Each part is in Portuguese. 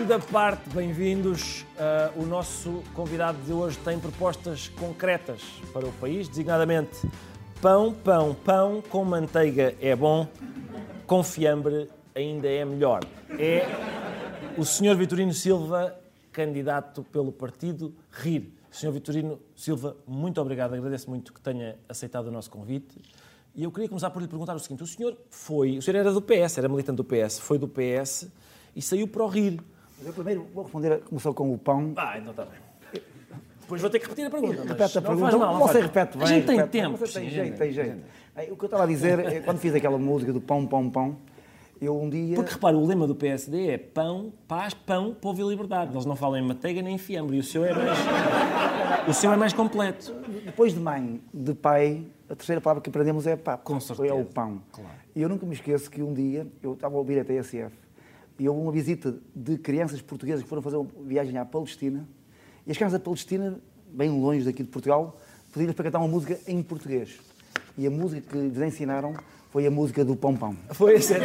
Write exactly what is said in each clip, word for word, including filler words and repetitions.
Segunda parte, bem-vindos. Uh, o nosso convidado de hoje tem propostas concretas para o país, designadamente pão, pão, pão, com manteiga é bom, com fiambre ainda é melhor. É o senhor Vitorino Silva, candidato pelo partido RIR. senhor Vitorino Silva, muito obrigado, agradeço muito que tenha aceitado o nosso convite. E eu queria começar por lhe perguntar o seguinte: o senhor foi, o senhor era do P S, era militante do P S, foi do P S e saiu para o RIR. Mas eu primeiro vou responder, começou com o pão. Ah, então está bem. Depois vou ter que repetir a pergunta. Repete a não pergunta. Faz mal, não você faz. repete bem. A gente tem repete. tempo. Você tem sim, jeito, tem jeito. O que eu estava a dizer, é, quando fiz aquela música do pão, pão, pão, eu um dia... Porque, repara, o lema do P S D é pão, paz, pão, povo e liberdade. Eles não falam em manteiga nem em fiambre. E o seu é mais... o seu é mais completo. Depois de mãe, de pai, a terceira palavra que aprendemos é pá. Com certeza. É o pão. Claro. E eu nunca me esqueço que um dia, eu estava a ouvir a T S F, e houve uma visita de crianças portuguesas que foram fazer uma viagem à Palestina, e as crianças da Palestina, bem longe daqui de Portugal, pediram-lhes para cantar uma música em português. E a música que lhes ensinaram foi a música do Pão Pão. Foi assim.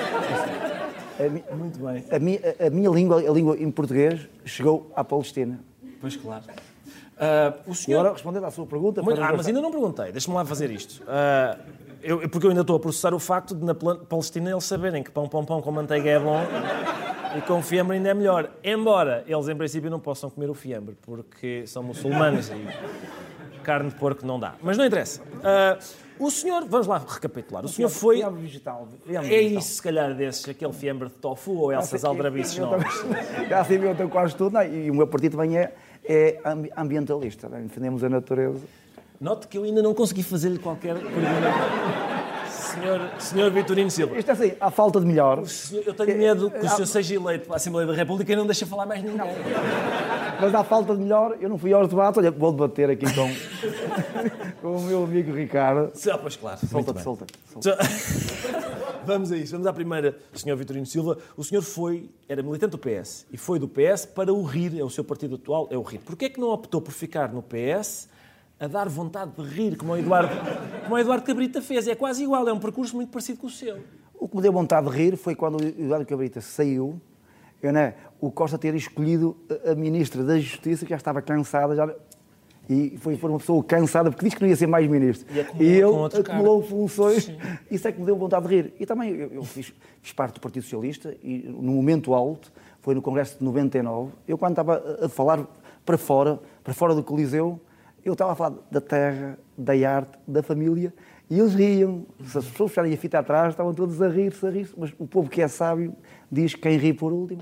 A, Muito bem. A minha, a, a minha língua, a língua em português, chegou à Palestina. Pois claro. Uh, o senhor... E agora, respondendo à sua pergunta... Muito... Ah, mas ainda não perguntei. Deixa-me lá fazer isto. Uh, eu, porque eu ainda estou a processar o facto de na Palestina eles saberem que pão, pão, pão com manteiga é bom e com fiambre ainda é melhor. Embora eles, em princípio, não possam comer o fiambre, porque são muçulmanos e carne de porco não dá. Mas não interessa. Uh, o senhor... Vamos lá recapitular. O senhor foi... Fiambre vegetal. Fiambre É vegetal. isso, se calhar, desses, aquele fiambre de tofu ou Elsas aldrabices novas. Já sei, eu tenho quase tudo. Não, e o meu partido também é, é ambientalista. Não? Defendemos a natureza. Note que eu ainda não consegui fazer-lhe qualquer pergunta. Senhor, senhor Vitorino Silva. Isto é assim, há falta de melhor. Senhor, eu tenho medo que o senhor seja eleito para a Assembleia da República e não deixe falar mais ninguém. Mas há falta de melhor. Eu não fui aos debates. Olha, vou debater aqui com, com o meu amigo Ricardo. Ah, pois claro. Solta-te, solta-te. Solta. Vamos a isso. Vamos à primeira, senhor Vitorino Silva. O senhor foi, era militante do P S e foi do P S para o RIR, é o seu partido atual, é o RIR. Porquê é que não optou por ficar no P S a dar vontade de rir, como o Eduardo, como o Eduardo Cabrita fez? É quase igual, é um percurso muito parecido com o seu. O que me deu vontade de rir foi quando o Eduardo Cabrita saiu, eu, né, o Costa ter escolhido a Ministra da Justiça, que já estava cansada, já, e foi, foi uma pessoa cansada, porque disse que não ia ser mais Ministro. E, e ele cara. acumulou funções, Sim. Isso é que me deu vontade de rir. E também eu, eu fiz, fiz parte do Partido Socialista, e no momento alto, foi no Congresso de noventa e nove, eu quando estava a falar para fora, para fora do Coliseu, eu estava a falar da terra, da arte, da família, e eles riam. Se as pessoas puxarem a fita atrás, estavam todos a rir-se, a rir-se. Mas o povo que é sábio diz que quem ri por último.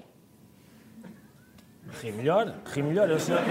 Ri melhor, ri melhor. Eu, eu,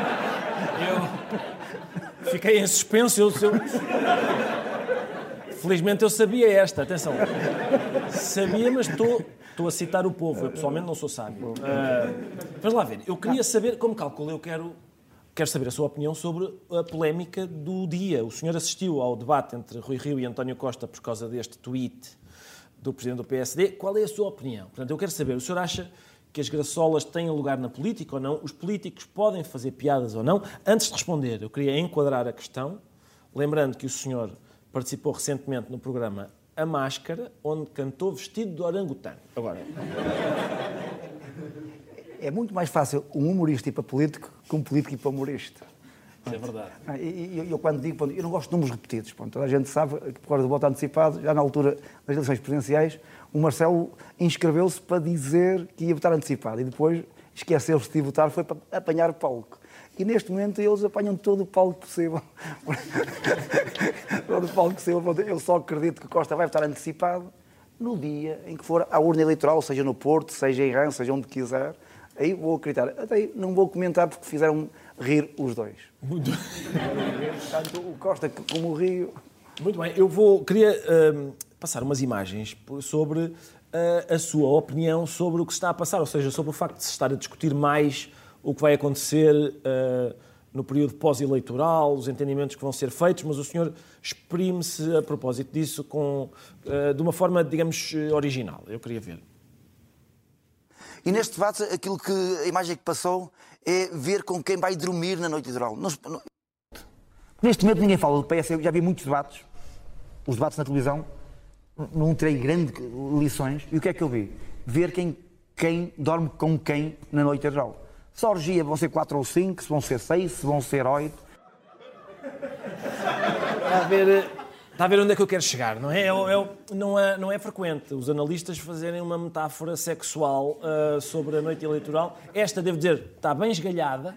eu fiquei em suspenso. Eu, eu... Felizmente eu sabia esta, atenção. Sabia, mas estou, estou a citar o povo. Eu pessoalmente não sou sábio. Uh, vamos lá ver. Eu queria saber, como calculo, eu quero... Quero saber a sua opinião sobre a polémica do dia. O senhor assistiu ao debate entre Rui Rio e António Costa por causa deste tweet do presidente do P S D. Qual é a sua opinião? Portanto, eu quero saber, o senhor acha que as graçolas têm lugar na política ou não? Os políticos podem fazer piadas ou não? Antes de responder, eu queria enquadrar a questão, lembrando que o senhor participou recentemente no programa A Máscara, onde cantou vestido de orangotango. Agora... É muito mais fácil um humorista ir para político que um político ir para humorista. Isso é verdade. E, e eu quando digo, eu não gosto de números repetidos. Pronto, toda a gente sabe que por causa do voto antecipado, já na altura das eleições presidenciais, o Marcelo inscreveu-se para dizer que ia votar antecipado e depois esqueceu-se de votar, foi para apanhar palco. E neste momento eles apanham todo o palco possível. todo o palco possível. Eu só acredito que Costa vai votar antecipado no dia em que for à urna eleitoral, seja no Porto, seja em Rã, seja onde quiser. Aí vou acreditar. Até aí não vou comentar porque fizeram rir os dois. Muito bem. Tanto o Costa como o Rio. Muito bem. Eu vou, queria uh, passar umas imagens sobre uh, a sua opinião sobre o que se está a passar, ou seja, sobre o facto de se estar a discutir mais o que vai acontecer uh, no período pós-eleitoral, os entendimentos que vão ser feitos, mas o senhor exprime-se a propósito disso com, uh, de uma forma, digamos, original. Eu queria ver. E neste debate, aquilo que a imagem que passou é ver com quem vai dormir na noite eleitoral. Nós, não... Neste momento ninguém fala do P S. Eu já vi muitos debates, os debates na televisão, não tirei grandes lições. E o que é que eu vi? Ver quem quem dorme com quem na noite geral. Se a orgia vão ser quatro ou cinco, se vão ser seis, se vão ser oito. Está a ver, está a ver onde é que eu quero chegar, não é? É, é, não, é não é frequente os analistas fazerem uma metáfora sexual uh, sobre a noite eleitoral. Esta, devo dizer, está bem esgalhada.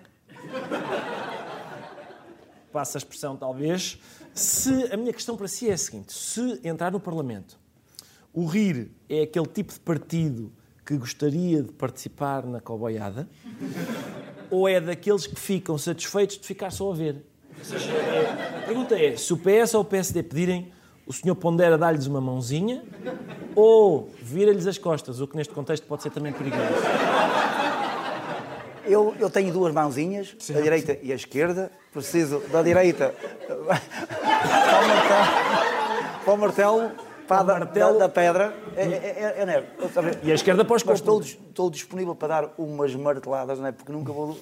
Passa a expressão, talvez. Se, a minha questão para si é a seguinte. Se entrar no Parlamento, o R I R é aquele tipo de partido que gostaria de participar na coboiada, ou é daqueles que ficam satisfeitos de ficar só a ver? Ou seja, é, a pergunta é, se o P S ou o P S D pedirem, o senhor pondera dar-lhes uma mãozinha ou vira-lhes as costas, o que neste contexto pode ser também perigoso? Eu, eu tenho duas mãozinhas, certo. A direita e a esquerda. Preciso da direita para o martelo, para o martelo da, da pedra. É, é, é, é, é, e a esquerda para os copos. Estou, estou disponível para dar umas marteladas, não é? Porque nunca vou...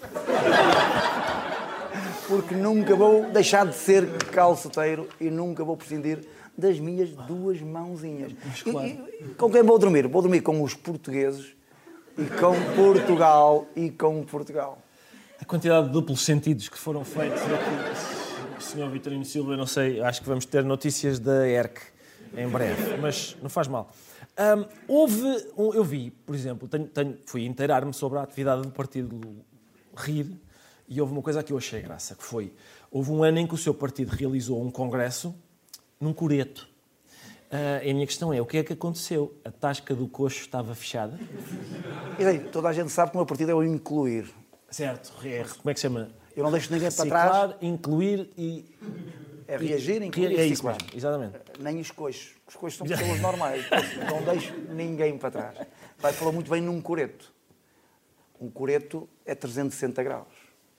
Porque nunca vou deixar de ser calceteiro e nunca vou prescindir das minhas duas mãozinhas. Claro. E, e, com quem vou dormir? Vou dormir com os portugueses e com Portugal e com Portugal. A quantidade de duplos sentidos que foram feitos aqui, o senhor Vitorino Silva, eu não sei, acho que vamos ter notícias da E R C em breve, mas não faz mal. Um, houve, um, eu vi, por exemplo, tenho, tenho, fui inteirar-me sobre a atividade do partido R I R e houve uma coisa que eu achei graça, que foi, houve um ano em que o seu partido realizou um congresso num coreto. Uh, e a minha questão é, o que é que aconteceu? A tasca do coxo estava fechada? E daí, toda a gente sabe que o meu partido é o incluir. Certo, é, como é que se chama? Eu não deixo ninguém reciclar, para trás. Incluir e... É reagir, incluir e e é isso mesmo, exatamente. Nem os coxos. Os coxos são pessoas normais. Não deixo ninguém para trás. Vai falar muito bem num coreto. Um coreto é trezentos e sessenta graus.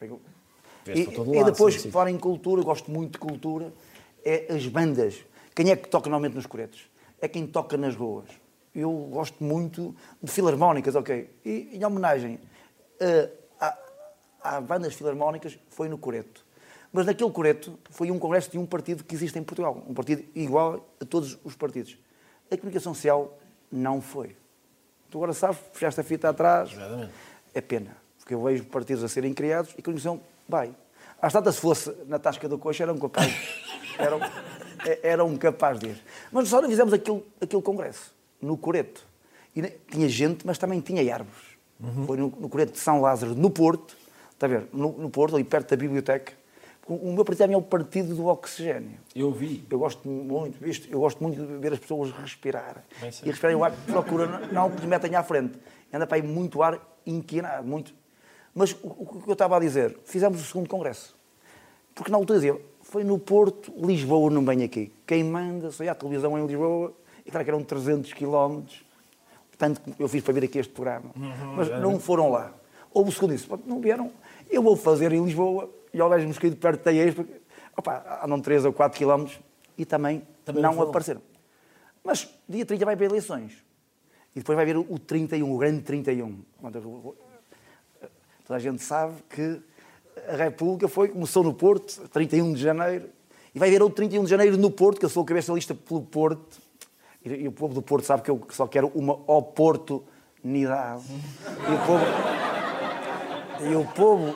E, e depois, sim, sim. Falar em cultura, gosto muito de cultura, é as bandas. Quem é que toca normalmente nos coretos? É quem toca nas ruas. Eu gosto muito de filarmónicas, ok? E em homenagem a, a, a bandas filarmónicas foi no coreto. Mas naquele coreto foi um congresso de um partido que existe em Portugal. Um partido igual a todos os partidos. A comunicação social não foi. Tu agora sabes, puxaste a fita atrás. Exatamente. É pena. Porque eu vejo partidos a serem criados e a comunicação vai. Às tantas, se fosse na tasca do coxo, eram capazes. Eram, eram capazes de ir. Mas nós fizemos aquele, aquele congresso, no coreto. E tinha gente, mas também tinha árvores. Uhum. Foi no, no coreto de São Lázaro, no Porto. Está a ver? No, no Porto, ali perto da biblioteca. O meu partido é o partido do oxigênio. Eu vi. Eu gosto muito disto. Eu gosto muito de ver as pessoas respirar. E respirarem o ar que procura, não que lhe metem à frente. Anda para aí muito ar inquinado, muito. Mas o, o que eu estava a dizer, fizemos o segundo congresso. Porque na altura dizia, foi no Porto, Lisboa não vem aqui. Quem manda, sei, a televisão em Lisboa, e claro que eram trezentos quilómetros. Portanto, eu fiz para vir aqui este programa. Uhum, mas é. Não foram lá. Houve o segundo disse, não vieram, eu vou fazer em Lisboa. E ao gajo mosquito perto da ex, porque opa, andam três ou quatro quilómetros e também, também não, não apareceram. Mas dia trinta vai haver eleições. E depois vai haver o trinta e um, o grande trinta e um. Toda a gente sabe que a República foi, começou no Porto, trinta e um de janeiro, e vai haver outro trinta e um de janeiro no Porto, que eu sou o cabeça da lista pelo Porto. E, e o povo do Porto sabe que eu só quero uma oportunidade. E o povo... E o povo...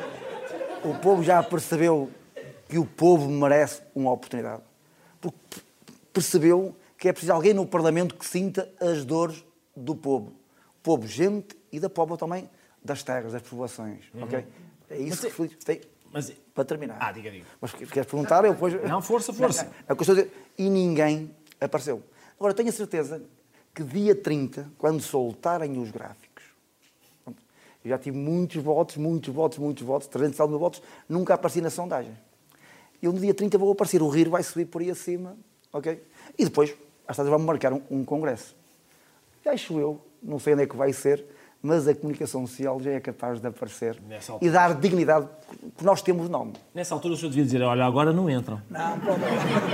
O povo já percebeu que o povo merece uma oportunidade. Porque percebeu que é preciso alguém no Parlamento que sinta as dores do povo. O povo, gente e da povo também, das terras, das povoações. Uhum. Okay? É isso mas, que tem. Mas, para terminar. Ah, diga, diga. Mas queres perguntar? Eu depois... Não, força, força. Não, é o que eu estou a dizer. E ninguém apareceu. Agora, tenho a certeza que dia trinta, quando soltarem os gráficos, eu já tive muitos votos, muitos votos, muitos votos, trezentos mil votos, nunca apareci na sondagem. Eu no dia trinta vou aparecer, o R I R vai subir por aí acima, ok? E depois, às vezes vamos marcar um, um congresso. Já acho eu, não sei onde é que vai ser, mas a comunicação social já é capaz de aparecer e dar dignidade, porque nós temos nome. Nessa altura o senhor devia dizer, olha, agora não entram. Não, pode.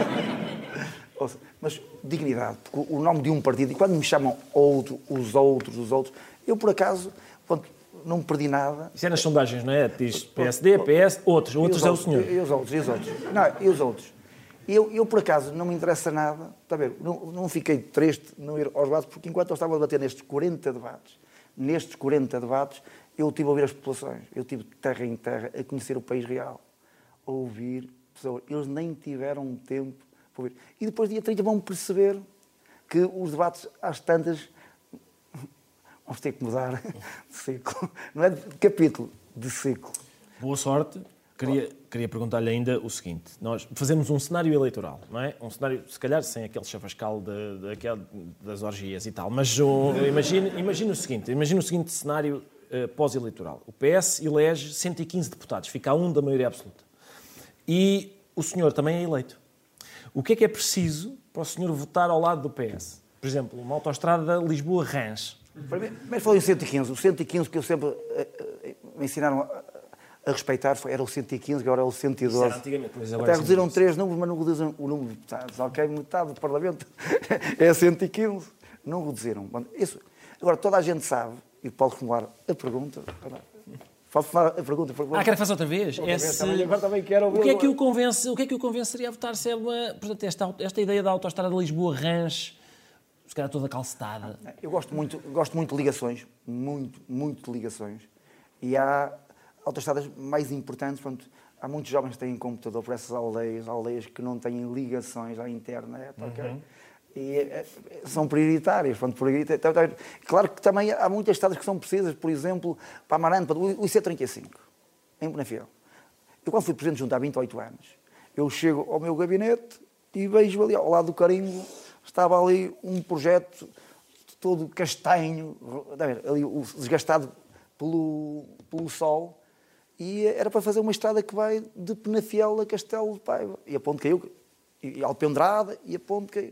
Mas dignidade, porque o nome de um partido, e quando me chamam outro, os outros, os outros, eu por acaso... Quando, não perdi nada. Isso é nas sondagens, não é? Diz P S D, P S, outros. Outros é o senhor. E os outros, e os outros. Não, e os outros. Eu, eu, por acaso, não me interessa nada. Está a ver? Não, não fiquei triste não ir aos debates, porque enquanto eu estava a debater nestes quarenta debates, nestes quarenta debates, eu tive a ouvir as populações, eu tive terra em terra a conhecer o país real, a ouvir pessoas. Eles nem tiveram tempo para ouvir. E depois, dia trinta, vão perceber que os debates, às tantas, vamos ter que mudar de ciclo. Não é de capítulo, de ciclo. Boa sorte. Queria, queria perguntar-lhe ainda o seguinte. Nós fazemos um cenário eleitoral, não é? Um cenário, se calhar, sem aquele chavascal de, de, de, das orgias e tal. Mas imagine, imagine o seguinte. Imagine o seguinte cenário uh, pós-eleitoral. O P S elege cento e quinze deputados. Fica a um da maioria absoluta. E o senhor também é eleito. O que é que é preciso para o senhor votar ao lado do P S? Por exemplo, uma autoestrada Lisboa-Rãs. Mas falou em cento e quinze. O cento e quinze que eu sempre uh, uh, me ensinaram a, a respeitar foi, era o cento e quinze, agora é o cento e doze. Isso era antigamente, mas agora até reduziram três números, mas não reduziram o número de deputados. Ok, metade do Parlamento é cento e quinze. Não reduziram. Isso, agora, toda a gente sabe, e pode formular a pergunta... Pode falar a pergunta. Ah, quer fazer outra vez? Outra Esse... vez também, agora também quero o, que é que o, convence, o que é que o convenceria a votar se é uma... Portanto, esta, esta ideia da autoestrada Lisboa-Rãs, se calhar toda calcetada. Eu gosto muito, gosto muito de ligações, muito, muito de ligações. E há autoestradas mais importantes, pronto, há muitos jovens que têm computador por essas aldeias, aldeias que não têm ligações à internet, uhum. ok? E é, são prioritárias. Pronto, prioritárias. Claro que também há muitas estradas que são precisas, por exemplo, para Amarante, o I C trinta e cinco, em Penafiel. Eu, quando fui presidente junto há vinte e oito anos, eu chego ao meu gabinete e vejo ali, ao lado do carimbo, estava ali um projeto todo castanho, ali, desgastado pelo, pelo sol, e era para fazer uma estrada que vai de Penafiel a Castelo de Paiva. E a ponte caiu, e Alpendrada, e a ponte caiu.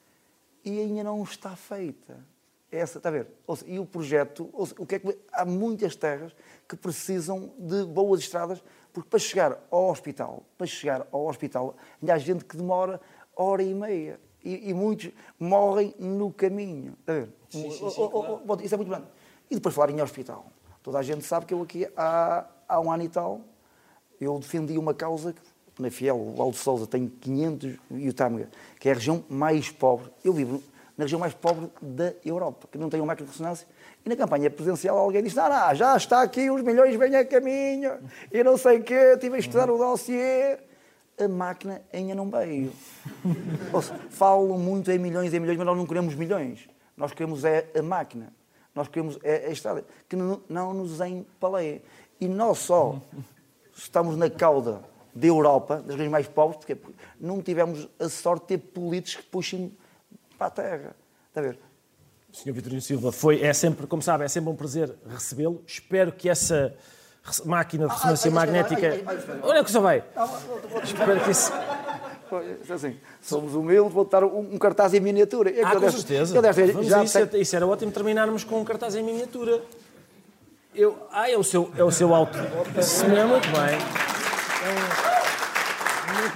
E ainda não está feita. Essa, está a ver? Seja, e o projeto, seja, o que é que há muitas terras que precisam de boas estradas, porque para chegar ao hospital, para chegar ao hospital, ainda há gente que demora hora e meia. E, e muitos morrem no caminho. Está a ver? Sim, sim, sim, o, claro. o, o, isso é muito grande. E depois falar em hospital. Toda a gente sabe que eu aqui, há, há um ano e tal, eu defendi uma causa que, na Fiel, o Val de Sousa tem quinhentos e o Tâmega, que é a região mais pobre. Eu vivo na região mais pobre da Europa, que não tem uma máquina de ressonância. E na campanha presidencial alguém disse, não, não, já está aqui, os milhões vêm a caminho, e não sei o quê, tive a estudar o dossiê. A máquina ainda não veio. Seja, falam muito em milhões e milhões, mas nós não queremos milhões. Nós queremos é a máquina. Nós queremos é a estrada, que não, não nos empaleia. E nós só estamos na cauda da Europa, das regiões mais pobres, porque não tivemos a sorte de ter políticos que puxem para a terra. Está a ver? senhor Vitorino Silva, foi, é sempre, como sabe, é sempre um prazer recebê-lo. Espero que essa máquina de ressonância ah, magnética... Ai, ai, ai, olha que só vai. Espero que isso... Assim, somos humildes, vou dar um, um cartaz em miniatura. É ah, com deve, certeza. Deve, Vamos já isso, tem... isso era ótimo terminarmos com um cartaz em miniatura. Eu... Ah, é o seu, é o seu auto. Isso mesmo, muito bem. É um... Muito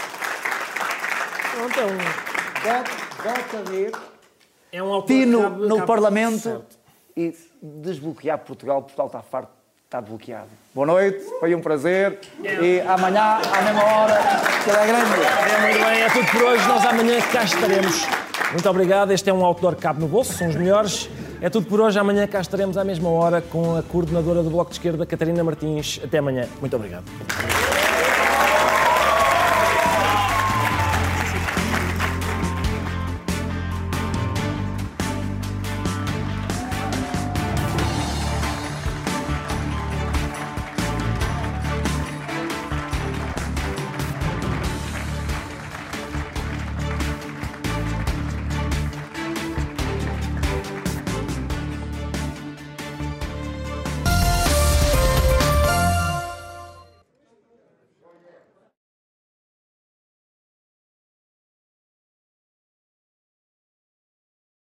bem. Então, volta a ver. É um auto Tino cabe, no cabe, Parlamento certo. E desbloquear Portugal. Portugal está farto, está bloqueado. Boa noite, foi um prazer. É. E amanhã, à mesma hora, será grande. É muito bem, é tudo por hoje. Nós amanhã cá estaremos. Muito obrigado. Este é um outdoor que cabe no bolso, são os melhores. É tudo por hoje. Amanhã cá estaremos à mesma hora com a coordenadora do Bloco de Esquerda, Catarina Martins. Até amanhã. Muito obrigado.